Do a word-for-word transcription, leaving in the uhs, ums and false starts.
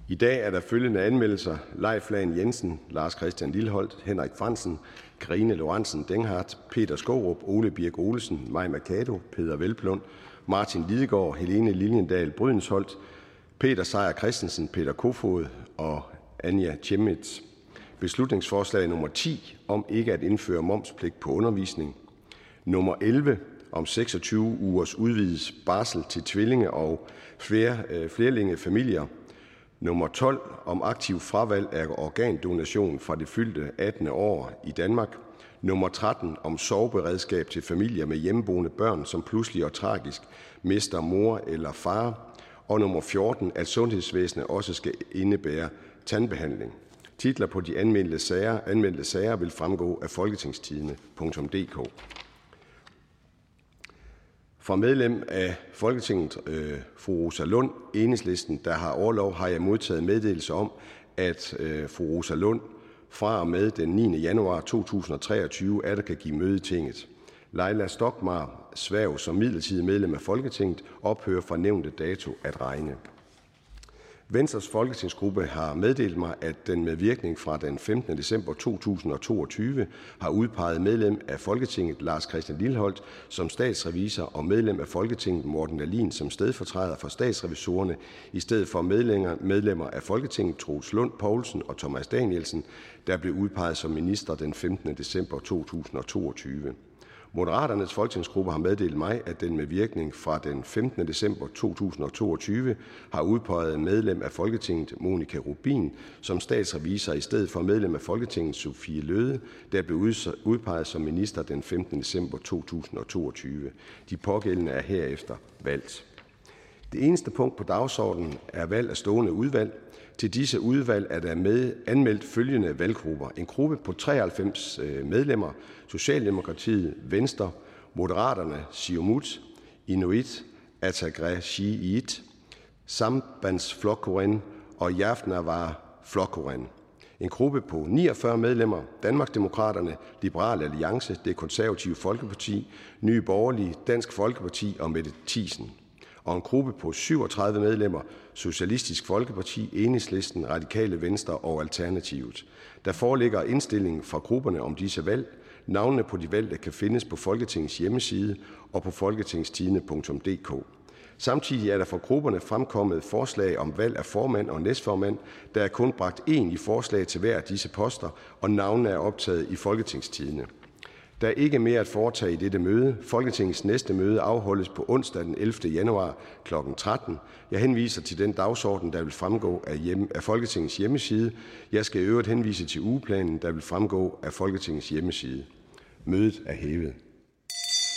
I dag er der følgende anmeldelser: Leif Lahn Jensen, Lars Christian Lilleholt, Henrik Frandsen, Karine Lorentzen Dehnhardt, Peter Skaarup, Ole Birk Olesen, Mai Mercado, Peder Hvelplund, Martin Lidegaard, Helene Liliendahl Brydensholt, Peter Seier Christensen, Peter Kofod og Anja Chemnitz. Beslutningsforslag nummer ti om ikke at indføre momspligt på undervisning. Nummer elleve om seksogtyve ugers udvidet barsel til tvillinge- og flere, øh, flerlingefamilier. Nummer tolv om aktiv fravalg af organdonation fra det fyldte attende år i Danmark. Nummer tretten om sorgberedskab til familier med hjemmeboende børn, som pludselig og tragisk mister mor eller far. Og nummer fjorten, at sundhedsvæsenet også skal indebære tandbehandling. Titler på de anmeldte sager, anmeldte sager vil fremgå af folketingstidende punktum d k. Fra medlem af Folketinget, øh, fru Rosa Lund, Enhedslisten, der har orlov, har jeg modtaget meddelelse om, at øh, fru Rosa Lund fra og med den niende januar to tusind og treogtyve atter kan give møde i Tinget. Leila Stokmar sværg som midlertidig medlem af Folketinget ophører fra nævnte dato at regne. Venstres folketingsgruppe har meddelt mig, at den med virkning fra den femtende december to tusind og toogtyve har udpeget medlem af Folketinget Lars Christian Lilleholt som statsrevisor og medlem af Folketinget Morten Dahlin som stedfortræder for statsrevisorerne i stedet for medlemmer, medlemmer af Folketinget Troels Lund Poulsen og Thomas Danielsen, der blev udpeget som minister den femtende december to tusind og toogtyve. Moderaternes folketingsgruppe har meddelt mig, at den med virkning fra den femtende december to tusind og toogtyve har udpeget medlem af Folketinget Monika Rubin som statsrevisor i stedet for medlem af Folketinget Sofie Løhde, der blev udpeget som minister den femtende december to tusind og toogtyve. De pågældende er herefter valgt. Det eneste punkt på dagsordenen er valg af stående udvalg. Til disse udvalg er der med anmeldt følgende valggrupper. En gruppe på treoghalvfems medlemmer: Socialdemokratiet, Venstre, Moderaterne, Siumut, Inuit, Ataqatigiit, Sambandsflokkurin og Javnaðarflokkurin. En gruppe på niogfyrre medlemmer: Danmarksdemokraterne, Liberal Alliance, Det Konservative Folkeparti, Nye Borgerlige, Dansk Folkeparti og Mette Thiesen. Og en gruppe på syvogtredive medlemmer: Socialistisk Folkeparti, Enhedslisten, Radikale Venstre og Alternativet. Der foreligger indstilling fra grupperne om disse valg. Navnene på de valgte kan findes på Folketingets hjemmeside og på folketingstidende punktum d k. Samtidig er der fra grupperne fremkommet forslag om valg af formand og næstformand. Der er kun bragt én i forslag til hver af disse poster, og navnene er optaget i folketingstidende. Der er ikke mere at foretage i dette møde. Folketingets næste møde afholdes på onsdag den ellevte januar klokken tretten. Jeg henviser til den dagsorden, der vil fremgå af, hjemme, af Folketingets hjemmeside. Jeg skal i øvrigt henvise til ugeplanen, der vil fremgå af Folketingets hjemmeside. Mødet er hævet.